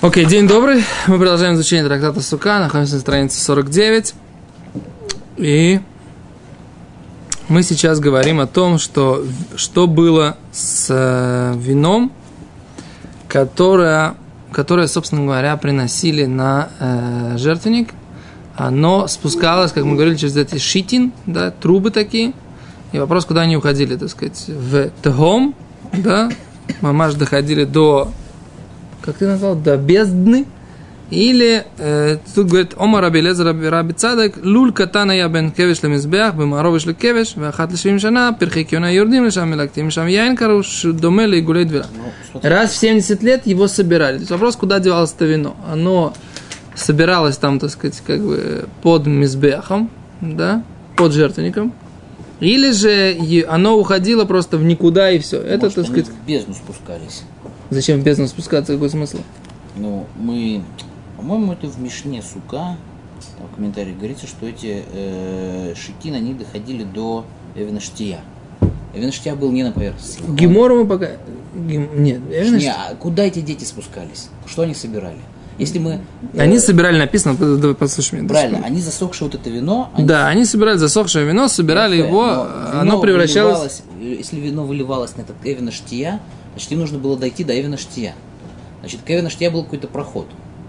Окей, день добрый. Мы продолжаем изучение трактата Сука. Находимся на странице 49. И мы сейчас говорим о том, что было с вином, которое, собственно говоря, приносили на жертвенник. Оно спускалось, как мы говорили, через эти шитин, да, трубы такие. И вопрос, куда они уходили, так сказать, в тегом, да, мамаш доходили до, как ты назвал, до бездны. Или тут говорит, Омар Раби Элиэзер Раби Цадок, луль катана я бен кевеш лемизбеах, бемаровиш лекевеш, веахат лешвим шана, перхей киона юрдим лешам мелактим, шам яин каруш, доме лейгулей двера. Раз в 70 лет его собирали. То есть вопрос, куда девалось это вино? Оно собиралось там, так сказать, как бы под мизбеахом, да, под жертвенником. Или же оно уходило просто в никуда и все. Это, может, так сказать, в бездну спускались. Зачем в бездну спускаться? Какой смысл? Ну, по-моему, это в Мишне Сука, там в комментариях говорится, что эти шитин, они доходили до Эвен Штия. Эвен Штия был не на поверхности. Гемору мы пока... Нет, Эвен Штия... А куда эти дети спускались? Что они собирали? Если мы... Они собирали, написано, давай послушай меня. Правильно, они засохшие вот это вино... Да, они собирали засохшее вино, собирали его, оно превращалось... Если вино выливалось на этот Эвен Штия, значит, им нужно было дойти до Эвен Штия. Значит, к Эвен Штия был какой-то проход.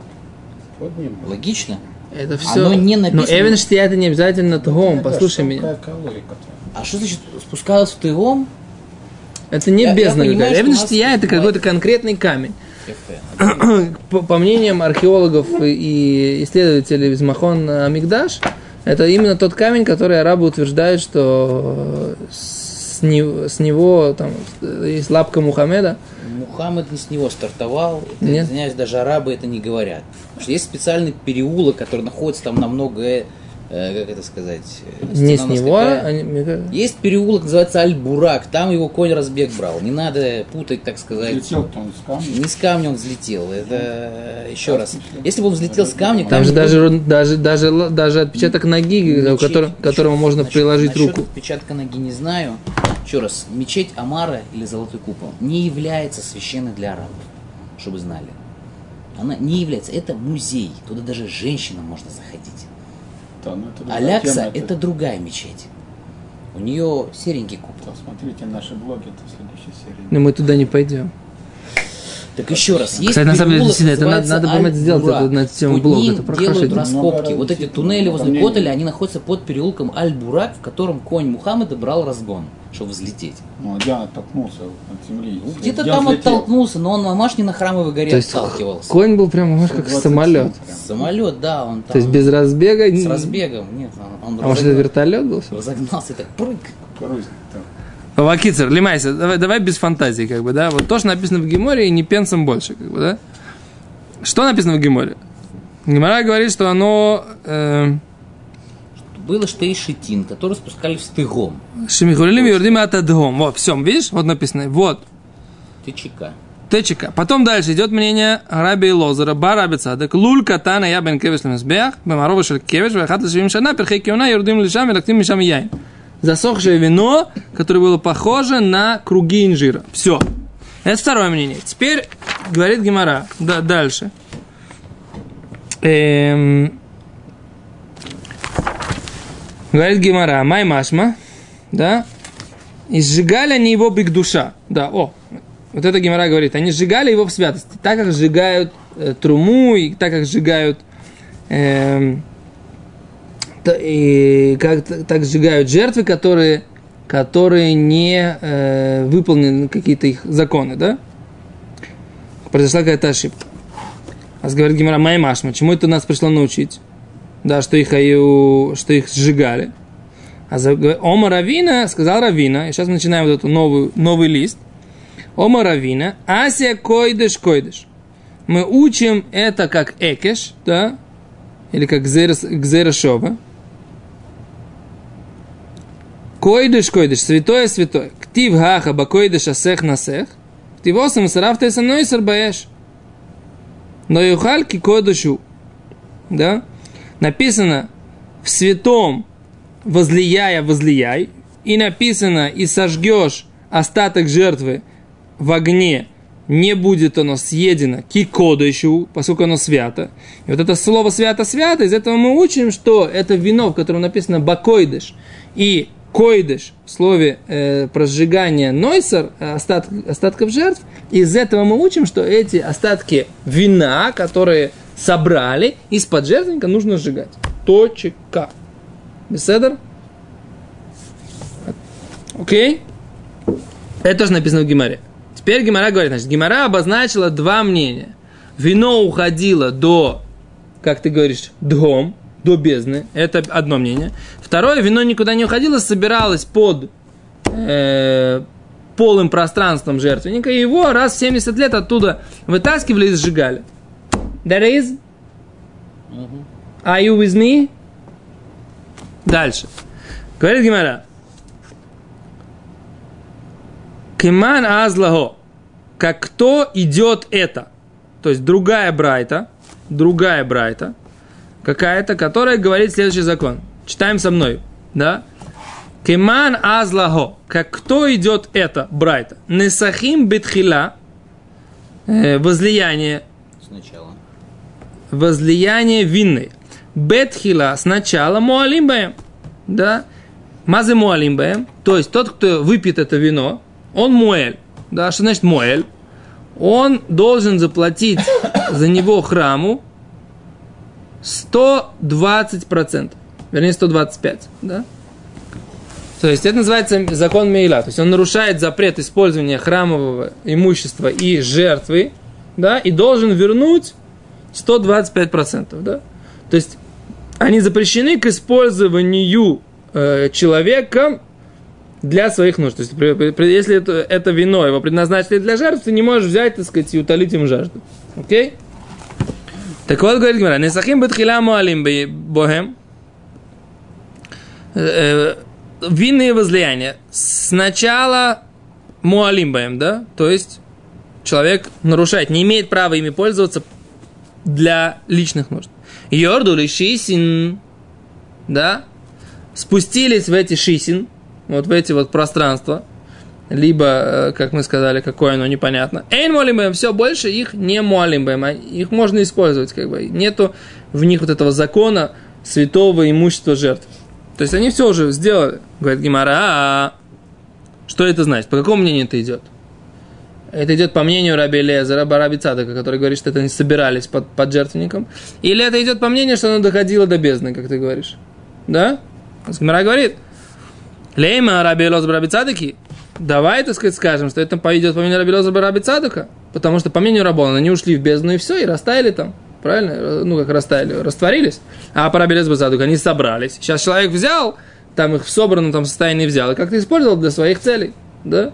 Логично? Это все... Оно не написано... Но Эвен Штия это не обязательно Тгом, послушай меня. А что значит спускалось в Тгом? Это не бездна. Эвен Штия это какой-то конкретный камень. По мнениям археологов и исследователей из Махон Амигдаш, это именно тот камень, который арабы утверждают, что с него там есть лапка Мухаммеда. Мухаммед не с него стартовал. Нет. Извиняюсь, даже арабы это не говорят. Потому что есть специальный переулок, который находится там намного, как это сказать, не с него. Есть переулок, называется Аль-Бурак. Там его конь разбег брал. Не надо путать, так сказать. Взлетел-то он с камня? Не с камня он взлетел. Это еще раз. Если бы он взлетел с камня, там же даже отпечаток ноги, которому можно приложить руку. Отпечатка ноги не знаю. Еще раз, мечеть Амара или Золотой купол не является священной для арабов, чтобы знали. Она не является. Это музей. Туда даже женщинам можно заходить. Да, Алякса это другая мечеть. У нее серенький купол. Смотрите наши блоги, это в следующей серии. Но мы туда не пойдем. Так еще раз, есть кстати, на самом деле, переулок, это надо бы сделать на тему блога. Это делают раскопки. Вот эти туннели возле Котеля, они находятся под переулком Аль-Бурак, в котором конь Мухаммеда брал разгон, чтобы взлететь. Ну, где он оттолкнулся от земли? Где-то там оттолкнулся, но он мамаш не на Храмовой горе отталкивался. Конь был прям мамаш как самолет. Самолет, да, он там. То есть без разбега? С разбегом, нет. А может это вертолет был? Разогнался и так прыг. Вакицер, лимайся, давай без фантазии, как бы, да. Вот то, что написано в Геморе, и не пенсом больше, как бы, да. Что написано в Геморе? Гемора говорит, что оно... Было штейшитин, который спускали в стыгом. Шемихулилим юрдим атадгом. Вот, все, видишь, вот написано, вот. ТЧК. Потом дальше идет мнение Раби Элиэзера, бар Раби Цадок, луль катана я бен кевеш лемизбеах, бемарова шель кевеш, веахат лешвим шана, перхей киона юрдим лешам, мелактим мишам яин. Засохшее вино, которое было похоже на круги инжира. Все. Это второе мнение. Теперь говорит Гемара. Да, дальше. Говорит Гемара. Май машма. Да. И сжигали они его бигдуша. Да, вот это Гемара говорит. Они сжигали его в святости. Так как сжигают труму, и так как сжигают... И так сжигают жертвы, которые не выполнены какие-то их законы, да? Произошла какая-то ошибка. А говорит Гемара, май машма, чему это нас пришло научить? Да, что их сжигали. А Ома Равина, сказал Равина, и сейчас мы начинаем вот этот новый лист. Ома Равина, Ася койдеш койдеш. Мы учим это как экеш, да? Или как гзерашова. Койдеш, койдеш, святое, святое. Ктив хаха ба койдеш асех насех. Ктивосам сарафтай со мной сарбаеш. Но юхаль ки койдешу. Да? Написано в святом возлияй. И написано и сожгешь остаток жертвы в огне не будет оно съедено кикодышу, поскольку оно свято. И вот это слово свято-свято, из этого мы учим, что это вино, в котором написано бакойдыш, и койдыш в слове про сжигание нойсер, остатков жертв, из этого мы учим, что эти остатки вина, которые собрали, из-под жертвенника нужно сжигать. Точка. Беседер? Окей? Это тоже написано в Гемаре. Теперь Гемара говорит, значит, Гемара обозначила два мнения. Вино уходило до, как ты говоришь, дхом, до бездны. Это одно мнение. Второе, вино никуда не уходило, собиралось под полым пространством жертвенника, и его раз в 70 лет оттуда вытаскивали и сжигали. There is? Are you with me? Дальше. Говорит Гемара. Киман азлаго. Как кто идет это? То есть другая брайта, какая-то, которая говорит следующий закон. Читаем со мной, да? Киман азлаго. Как кто идет это брайта? Несахим битхила. Возлияние. Сначала. Возлияние винной. Бетхила сначала муалимбаем. Да? Мазы муалимбаем. То есть тот, кто выпьет это вино, он муэль. Да, что значит муэль? Он должен заплатить за него храму 120%. Вернее, 125%. Да? То есть это называется закон Мейла. То есть он нарушает запрет использования храмового имущества и жертвы, да, и должен вернуть 125%. Да? То есть они запрещены к использованию человеком для своих нужд. То есть, если это вино его предназначили для жертв, ты не можешь взять, так сказать, и утолить им жажду. Окей? Так вот, говорит Гемара, «Несахим бетхила муалим богем». Винные возлияния. Сначала муалим богем, да? То есть, человек нарушает, не имеет права ими пользоваться для личных нужд. Йордули шисин, да? Спустились в эти шисин, вот в эти вот пространства, либо, как мы сказали, какое оно, непонятно. Эйн муалимбэм, все, больше их не муалимбэм, их можно использовать, как бы, нету в них вот этого закона святого имущества жертв. То есть они все уже сделали, говорит Гемара, что это значит, по какому мнению это идет? Это идет по мнению Раби Элиэзера, Раби Цадока, который говорит, что это они собирались под жертвенником, или это идет по мнению, что оно доходило до бездны, как ты говоришь, да? Гемара говорит, Лейма Раби Элиэзер Раби Цадоки, давай, так сказать, скажем, что это идет по мнению Раби Элиэзера Раби Цадока, потому что по мнению Раббана они ушли в бездну и все, и растаяли там, правильно? Ну, как растаяли, растворились, а по Раби Элиэзеру Раби Цадоку они собрались. Сейчас человек взял, там их в собранном там состоянии взял, и как-то использовал для своих целей, да?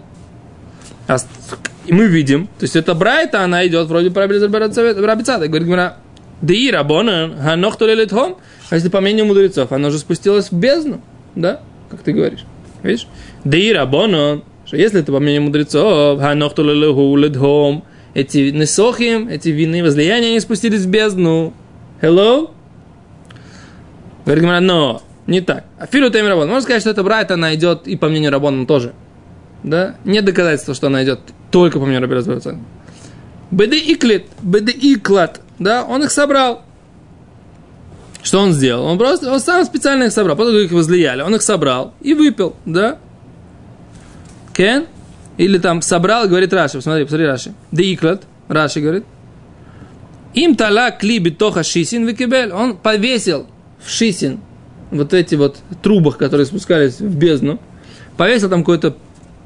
И мы видим, то есть эта брайта, она идет вроде по Раби Элиэзеру Раби Цадоку, говорит Гемара, Деи Раббанан, ханох толелет хом, а если по мнению мудрецов, она уже спустилась в бездну, да? Как ты говоришь. Видишь? Деи Раббанан, что если это по мнению мудрецов, ханох толелет хом, эти несохим, эти винные возлияния, они спустились в бездну. Hello? Говорит Гемара, но не так. А филу тем Раббанан. Можно сказать, что эта брайта, она идет и по мнению Раббанан тоже. Да? Нет доказательства, что она идет только по мнению Раби Элиэзера Раби Цадока. Беде иклат, да, он их собрал. Что он сделал? Он сам специально их собрал, потом их возлияли, он их собрал и выпил, да? Кен? Или там собрал, говорит Раши, посмотри Раши. Де иклат, Раши говорит. Им тала кли битоха шисин викибель. Он повесил в шисин вот эти вот трубах, которые спускались в бездну, повесил там какой-то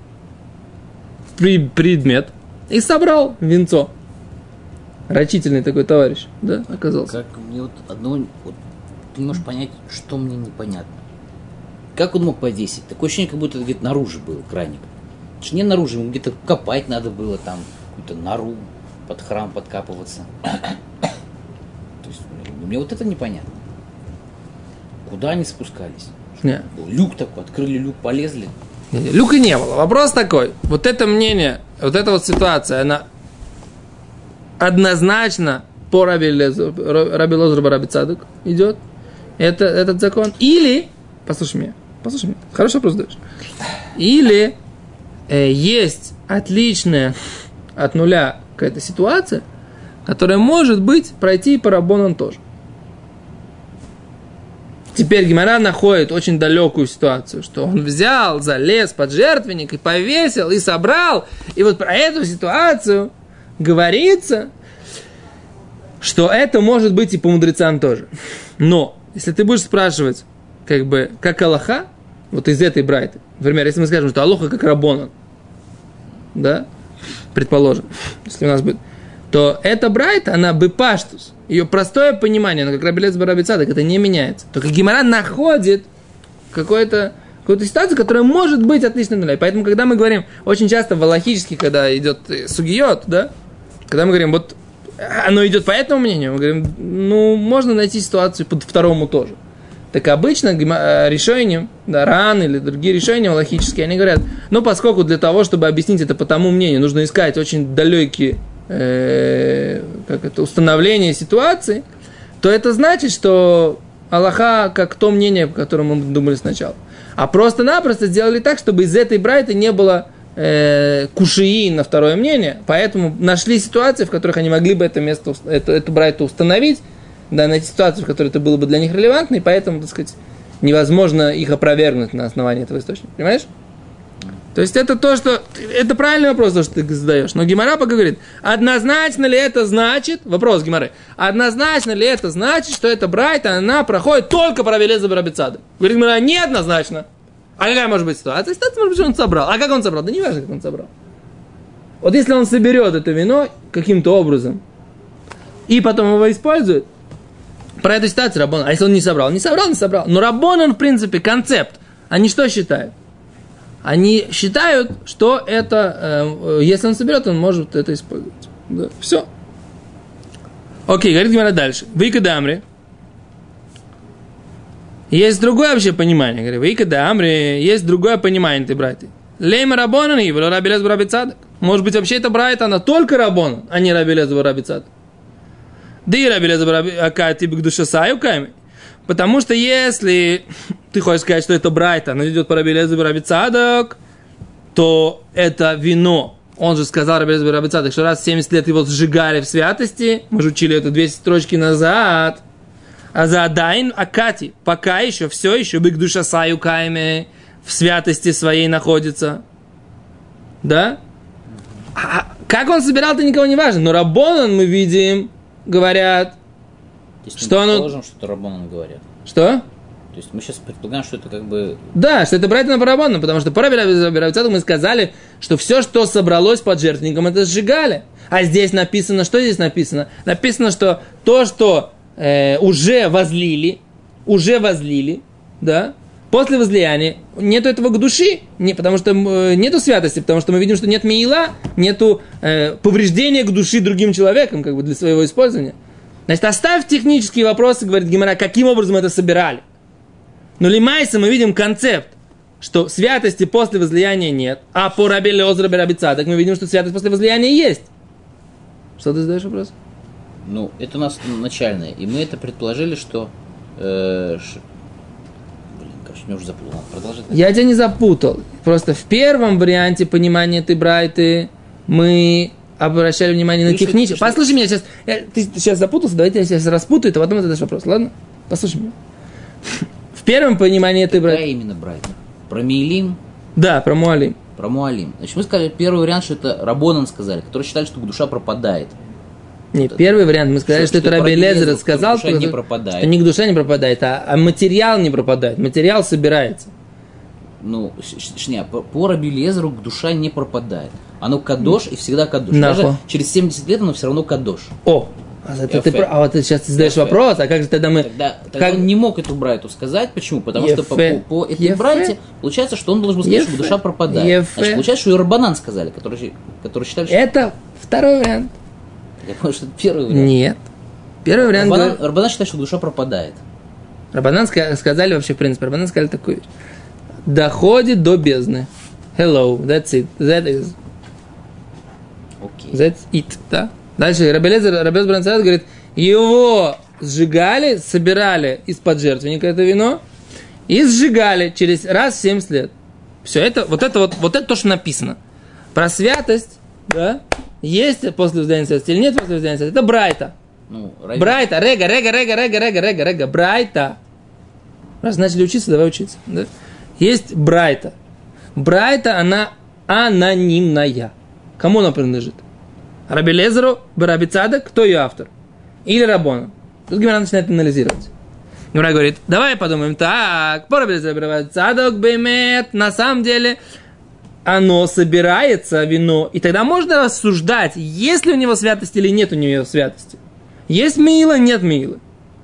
предмет и собрал винцо. Рачительный такой товарищ, да, оказался. Как мне вот одно, вот, ты не можешь понять, что мне непонятно. Как он мог повесить? Такое ощущение, как будто это где-то наружу был краник. Это же не наружу, ему где-то копать надо было, там, какую-то нору под храм подкапываться. То есть, мне вот это непонятно. Куда они спускались? Не. Люк такой, открыли люк, полезли. Люка не было. Вопрос такой. Вот это мнение, вот эта вот ситуация, она однозначно по Раби Элиэзеру Раби Цадоку идет. Этот закон. Или, послушай меня, хорошо вопрос даешь. Или есть отличное от нуля какая-то ситуация, которая может быть пройти и по рабонан тоже. Теперь Гемара находит очень далекую ситуацию, что он взял, залез под жертвенник и повесил, и собрал. И вот про эту ситуацию говорится, что это может быть и по мудрецам тоже. Но, если ты будешь спрашивать, как алаха, вот из этой брайты, например, если мы скажем, что алоха как рабонан, да, предположим, если у нас будет, то эта брайта, она бепаштус. Ее простое понимание, но как Раби Элиэзер бен Раби Цадок, это не меняется. Только Гемара находит какую-то ситуацию, которая может быть отличной нуля. И поэтому, когда мы говорим, очень часто в алахически, когда идет сугиот, да, когда мы говорим, вот оно идет по этому мнению, мы говорим, можно найти ситуацию под второму тоже. Так обычно решением, да, Ран или другие решения алахические, они говорят, поскольку для того, чтобы объяснить это по тому мнению, нужно искать очень далекие установление ситуации, то это значит, что Аллаха как то мнение, о котором мы думали сначала. А просто-напросто сделали так, чтобы из этой брайты не было кушии на второе мнение, поэтому нашли ситуации, в которых они могли бы эту брайту установить, да, найти ситуацию, в которой это было бы для них релевантно, и поэтому, так сказать, невозможно их опровергнуть на основании этого источника. Понимаешь? То есть это то, что... Это правильный вопрос, то, что ты задаешь. Но Гемара пока говорит, однозначно ли это значит... Вопрос Гемары. Однозначно ли это значит, что эта брайта, она проходит только по Раби Элиэзеру бен Раби Цадоку? Говорит Гемара, неоднозначно. А какая может быть ситуация? Ситуация может быть, что он собрал. А как он собрал? Да не важно, как он собрал. Вот если он соберет это вино каким-то образом, и потом его использует, про эту ситуацию Раббанан. А если он не собрал? Не собрал. Но Раббанан, в принципе, концепт. Они что считают? Они считают, что это, если он соберет, он может это использовать. Да. Все. Окей, говорит Гемара дальше. Вейка дамри. Есть другое вообще понимание. Говорит, Вейка дамри, есть другое понимание этой брайты. Лейма рабонан и Раби Элиэзер бен Раби Цадок. Может быть, вообще эта брайта, она только рабонан, а не Раби Элиэзер бен Раби Цадок. Да и Раби Элиэзер бен Раби Акати бигдуша саю кайми. Потому что если ты хочешь сказать, что это брайта, она идет по Раби Элиэзеру бен Раби Цадок, то это вино. Он же сказал Раби Элиэзер бен Раби Цадок, что раз в 70 лет его сжигали в святости, мы же учили это 200 строчки назад, а за Адайн Акати, пока еще, все еще бигдуша саю кайме в святости своей находится. Да? А как он собирал, это никого не важно. Но Раббанан, мы видим, говорят, что оно... Предположим, что это Раббанан говорят. Что? То есть мы сейчас предполагаем, что это как бы... Да, что это брать на Раббанан, потому что по Раби Элиэзеру бен Раби Цадоку мы сказали, что все, что собралось под жертвенником, это сжигали. А здесь написано, что здесь написано? Написано, что то, что уже возлили, да, после возлияния нету этого к души, потому что нету святости, потому что мы видим, что нет миила, нету повреждения к души другим человеком, как бы для своего использования. Значит, оставь технические вопросы, говорит Гемара, каким образом это собирали. Но лимайса мы видим концепт, что святости после возлияния нет, а по Раби Элиэзеру бен Раби Цадок мы видим, что святость после возлияния есть. Что ты задаешь вопрос? Это у нас начальное, и мы это предположили, что... Меня уже запутал. Продолжай. Я тебя не запутал. Просто в первом варианте понимания этой брайты мы обращали внимание на техническое. Послушай меня сейчас. Ты сейчас запутался, давайте я сейчас распутаю, а потом задашь вопрос, ладно? Послушай меня. В первом понимании этой брайты... Какая именно брайта? Про Меилим? Да, про Муалим. Про Муалим. Значит, мы сказали первый вариант, что это Раббанан сказали, которые считали, что душа пропадает. Не, первый вариант, мы сказали, что это Раби Элиэзер сказал, что не пропадает. Что не душа не пропадает, а материал не пропадает, материал собирается. По Раби Элиэзеру душа не пропадает. Оно кадош и всегда кадош. Даже через 70 лет оно все равно кадош. Вот ты сейчас задаешь вопрос, а как же тогда мы... Тогда он не мог эту брайту сказать. Почему? Потому что по этой брайте получается, что он должен был сказать, что душа пропадает. Значит, получается, что и Раббанан сказали, которые считали, что... Это второй вариант. Я понял, что это первый вариант. Нет. Первый вариант... Раббанан считает, что душа пропадает. Раббанан сказали вообще, в принципе, Раббанан сказали такую вещь. Доходит до бездны. Hello, that's it. That is. Okay. That's it, да? Дальше Раби Элиэзер бен Раби Цадок говорит, его сжигали, собирали из-под жертвенника это вино и сжигали через раз в 70 лет. Все, это то, что написано. Про святость, да? есть после возлияния святости или нет после возлияния святости. Это брайта. Ну, Брайта, рега, брайта. Раз начали учиться, давай учиться. Да? Есть брайта. Брайта, она анонимная. Кому она принадлежит? Раби Лезеру, Раби Цадок, кто ее автор? Или Раббону? Тут Гемара начинает анализировать. Гемара говорит, давай подумаем так, по Раби Лезеру, Раби Цадок, беймет, на самом деле оно собирается, вино, и тогда можно рассуждать, есть ли у него святость или нет у него святости. Есть мила, нет милы.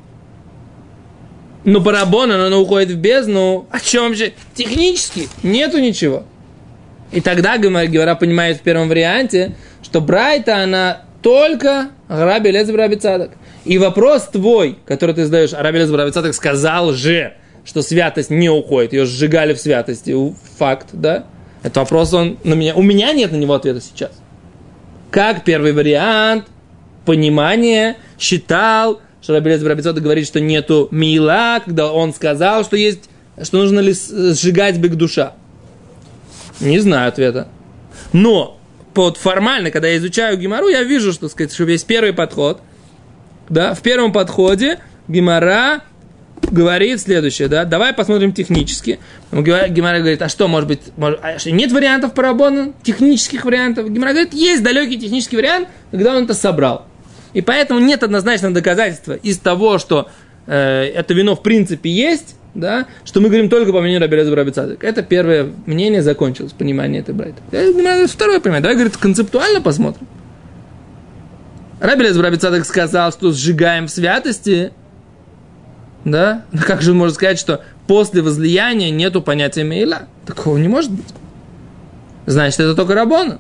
Но по Раббону оно уходит в бездну. О чем же? Технически нету ничего. И тогда Гемара понимает в первом варианте, что брайта, она только Раби Лезер Раби Цадок. И вопрос твой, который ты задаешь, Раби Лезер Раби Цадок сказал же, что святость не уходит, ее сжигали в святости. Факт, да? Это вопрос, он на меня. У меня нет на него ответа сейчас. Как первый вариант, понимание, считал, что Раби Лезер Раби Цадок говорит, что нету мила, когда он сказал, что есть, что нужно ли сжигать бег душа. Не знаю ответа. Но формально, когда я изучаю Гемару, я вижу, что есть первый подход. Да, в первом подходе Гемара говорит следующее. Да, давай посмотрим технически. Гемара говорит, а что, может быть, нет вариантов по Раббону, технических вариантов? Гемара говорит, есть далекий технический вариант, когда он это собрал. И поэтому нет однозначного доказательства из того, что это вино в принципе есть, да, что мы говорим только по мнению Раби Лезера Раби Цадока. Это первое мнение закончилось, понимание этой брайты. Второе понимание. Давай, говорит, концептуально посмотрим. Раби Лезер Раби Цадок сказал, что сжигаем в святости, да, но как же можно сказать, что после возлияния нету понятия мейла? Такого не может быть. Значит, это только Раббону.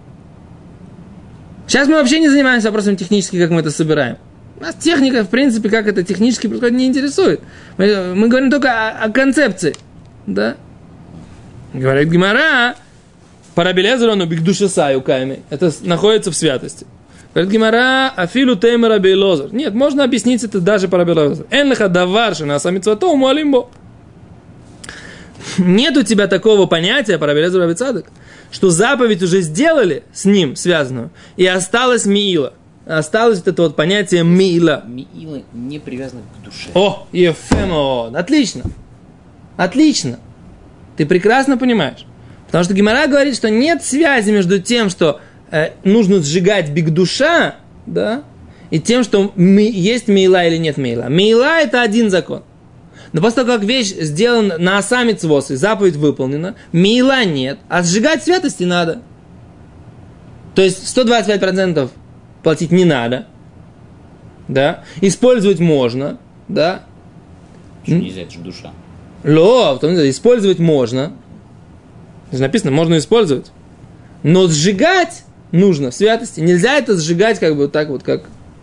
Сейчас мы вообще не занимаемся вопросом технически, как мы это собираем. Нас техника, в принципе, как это технически происходит, не интересует. Мы говорим только о концепции. Да? Говорит Гемара, по Раби Лезеру, но бигдушесаю кайми. Это находится в святости. Говорит Гемара, афилу тейма Раби Лезер. Нет, можно объяснить это даже по Раби Лезеру. Энлеха даварши на самицвато муалимбо. Нет у тебя такого понятия по Раби Лезеру Раби Цадок, что заповедь уже сделали с ним связанную, и осталось миила. Осталось вот это вот понятие миила. Миила не привязано к душе. О, ефемо, отлично. Отлично. Ты прекрасно понимаешь. Потому что Гемара говорит, что нет связи между тем, что нужно сжигать бигдуша, да, и тем, что есть миила или нет миила. Миила – это один закон. Но после того, как вещь сделана на аса мицвос, и заповедь выполнена, миила нет, а сжигать святости надо. То есть 125% платить не надо, да, использовать можно, да. Что нельзя, это же душа. Использовать можно. Здесь написано, можно использовать. Но сжигать нужно в святости. Нельзя это сжигать как бы вот так вот, как...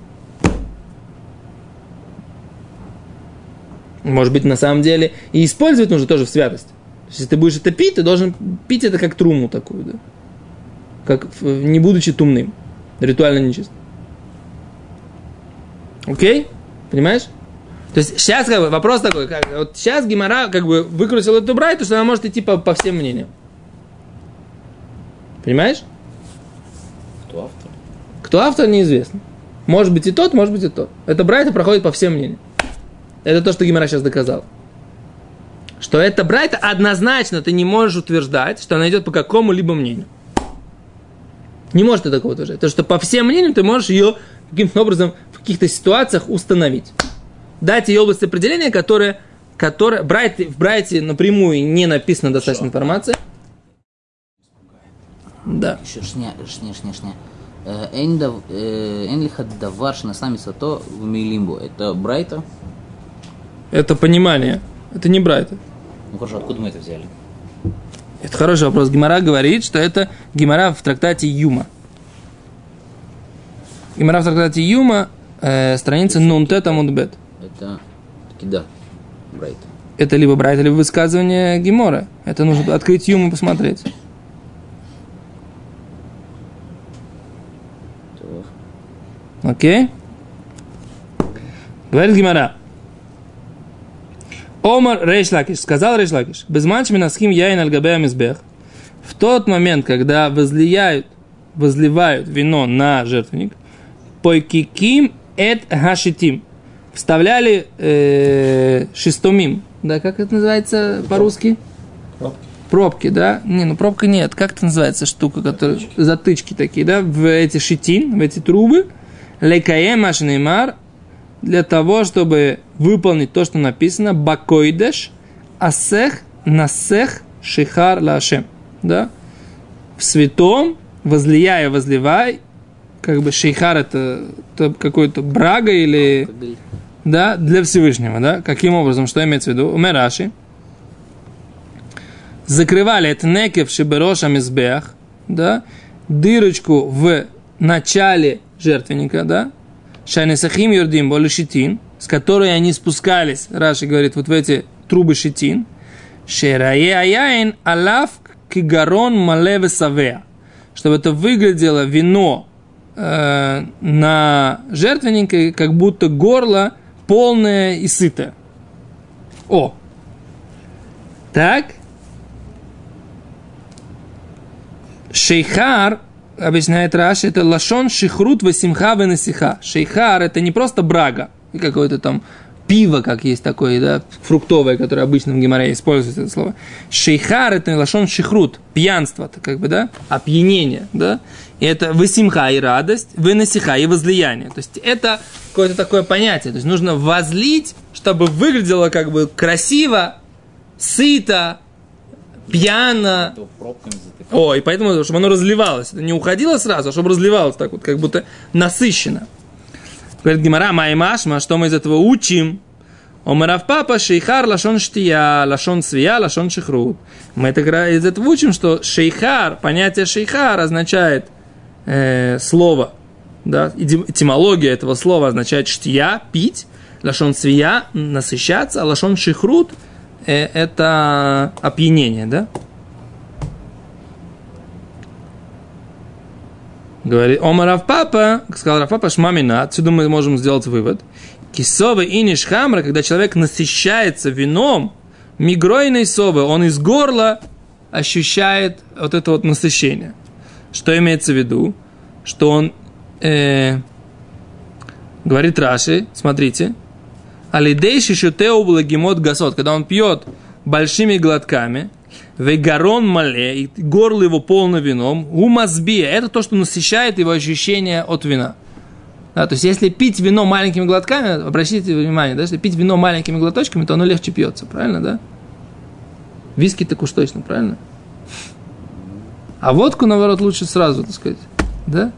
Может быть, на самом деле, и использовать нужно тоже в святости. То есть, если ты будешь это пить, ты должен пить это как труму такую, да. Как, не будучи тумным. Ритуально нечисто. Окей? Понимаешь? То есть, сейчас как бы вопрос такой, вот сейчас Гемара как бы выкрутил эту брайту, что она может идти по всем мнениям. Понимаешь? Кто автор? Кто автор, неизвестно. Может быть и тот, может быть и тот. Эта брайта проходит по всем мнениям. Это то, что Гемара сейчас доказал. Что эта брайта однозначно ты не можешь утверждать, что она идет по какому-либо мнению. Не можешь ты такого утверждать. Потому что по всем мнениям ты можешь ее каким-то образом в каких-то ситуациях установить. Дать ей область определения, которая в брайте напрямую не написано достаточно информации. Да. Еще шня. Энлиха даварш на сами сато в милимбо. Это брайта? Это понимание. Это не брайта. Ну хорошо, откуда мы это взяли? Это хороший вопрос. Гемара говорит, что это Гемара в трактате Юма. Гемара в трактате Юма, страница Нунтет Амудбет. Это таки да, брайта. Это либо брайта, либо высказывание Гемора. Это нужно открыть Юму и посмотреть. Окей? Говорит Гемара. Омар Рейш Лакиш, сказал Рейш Лакиш, безманч минасхим яин аль-габея мизбех. В тот момент, когда возлияют возливают вино на жертвенник, пойкиким эт гашитим, вставляли шестомим, да, как это называется по-русски? Пробки, да? Пробка нет. Как это называется штука, которая... Затычки такие, да? В эти шитин, в эти трубы. Лекаем ашнеймар. Для того, чтобы выполнить то, что написано. Бакойдеш. Асех насех шихар лашем. Да? В святом, возливай. Как бы шихар это какой-то брага или... Да? Для Всевышнего, да? Каким образом? Что имеется в виду? Умераши. Закрывали это некев шибероша мизбех, да, дырочку в начале жертвенника, да, шайнесахим юрдим боли шитин, с которой они спускались, Раши говорит, вот в эти трубы шитин, шерае аяин алаф кигарон малеве савеа, чтобы это выглядело вино на жертвеннике, как будто горло полное и сытое. О! Так. Шейхар, объясняет Раши, это лашон шихрут васимха венасиха. Шейхар это не просто брага, и какое-то там пиво, как есть такое, да, фруктовое, которое обычно в Гемаре используется это слово. Шейхар это лашон шихрут, пьянство, это как бы, да, опьянение, да. И это васимха и радость, венасиха и возлияние. То есть это какое-то такое понятие. То есть нужно возлить, чтобы выглядело как бы красиво, сыто, пьяно. И поэтому, чтобы оно разливалось. Это не уходило сразу, а чтобы разливалось так вот, как будто насыщенно. Говорит Гемара, маймашма, что мы из этого учим? Омарав папа, шейхар, лашон штия, лашон свия, лашон шихрут. Мы это из этого учим, что шейхар, понятие шейхар означает слово, да, этимология этого слова означает штия, пить, лашон свия, насыщаться, а лашон шихрут это опьянение, да? Говорит, Омарав папа, сказал Рав папа, шмамина, отсюда мы можем сделать вывод. Кисовы и нишхамра, когда человек насыщается вином, мигройной совы, он из горла ощущает вот это вот насыщение. Что имеется в виду? Что он, говорит Раши, смотрите, алидейши шутеу благимот гасот, когда он пьет большими глотками, вегарон мале, и горло его полно вином, умазбия, это то, что насыщает его ощущение от вина. Да, то есть, если пить вино маленькими глотками, обратите внимание, да, если пить вино маленькими глоточками, то оно легче пьется, правильно, да? Виски так уж точно, правильно? А водку, наоборот, лучше сразу, так сказать, да?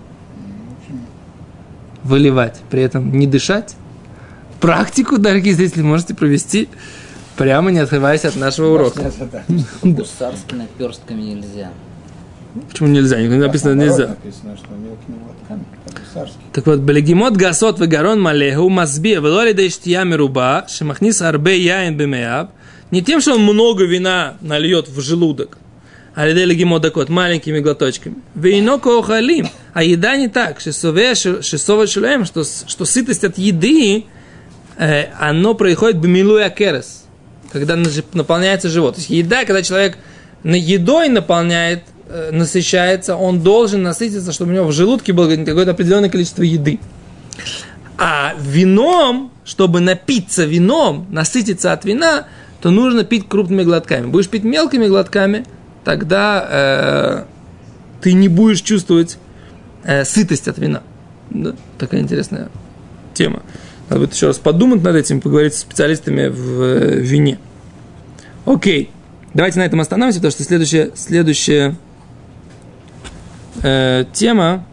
Выливать, при этом не дышать. Практику, дорогие зрители, можете провести, прямо не отрываясь от нашего урока. Гусарски наперстками нельзя. Почему нельзя? Не написано нельзя. Написано, что мелкими глотками, по-гусарски. Так вот, белегимот гасот вегарон малеху мазбия велори дейштия меруба шемахнис арбе яин бемеаб. Не тем, что он много вина нальет в желудок, а легимот дакот маленькими глоточками. Вейно коохалим. А еда не так. Шесове шулем, что сытость от еды, оно происходит бемилуя керес, когда наполняется живот. То есть еда, когда человек едой наполняет, насыщается, он должен насытиться, чтобы у него в желудке было какое-то определенное количество еды. А вином, чтобы напиться вином, насытиться от вина, то нужно пить крупными глотками. Будешь пить мелкими глотками, тогда ты не будешь чувствовать сытость от вина. Да? Такая интересная тема. Надо будет еще раз подумать над этим, поговорить с специалистами в вине. Окей. Давайте на этом остановимся, потому что следующая тема.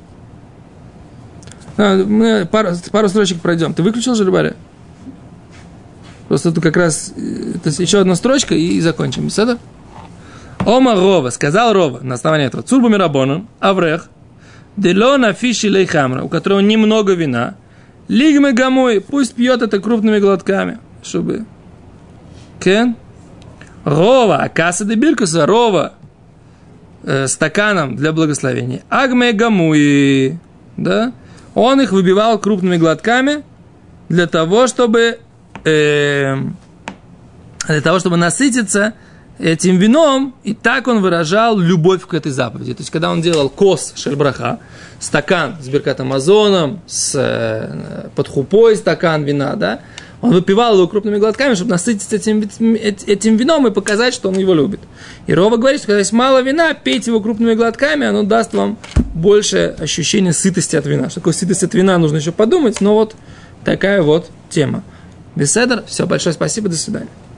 Мы пару строчек пройдем. Ты выключил же, Рыбаря? Просто тут как раз это еще одна строчка и закончим. Беседа? Ома Рова, сказал Рова, на основании этого. Цурбу мирабону, аврех, делона фиши лейхамра, у которого немного вина, лигме гамой, пусть пьет это крупными глотками, чтобы... Кен? Рова, акаса де биркуса, Рова, стаканом для благословения. Агме гамуи, да? Он их выбивал крупными глотками для того, чтобы насытиться этим вином, и так он выражал любовь к этой заповеди. То есть, когда он делал кос шельбраха, стакан с Беркат Амазоном, с подхупой стакан вина, да, он выпивал его крупными глотками, чтобы насытиться этим вином и показать, что он его любит. И Рова говорит, что когда есть мало вина, пейте его крупными глотками, оно даст вам больше ощущения сытости от вина. Что такое сытость от вина, нужно еще подумать, но вот такая вот тема. Беседер, все, большое спасибо, до свидания.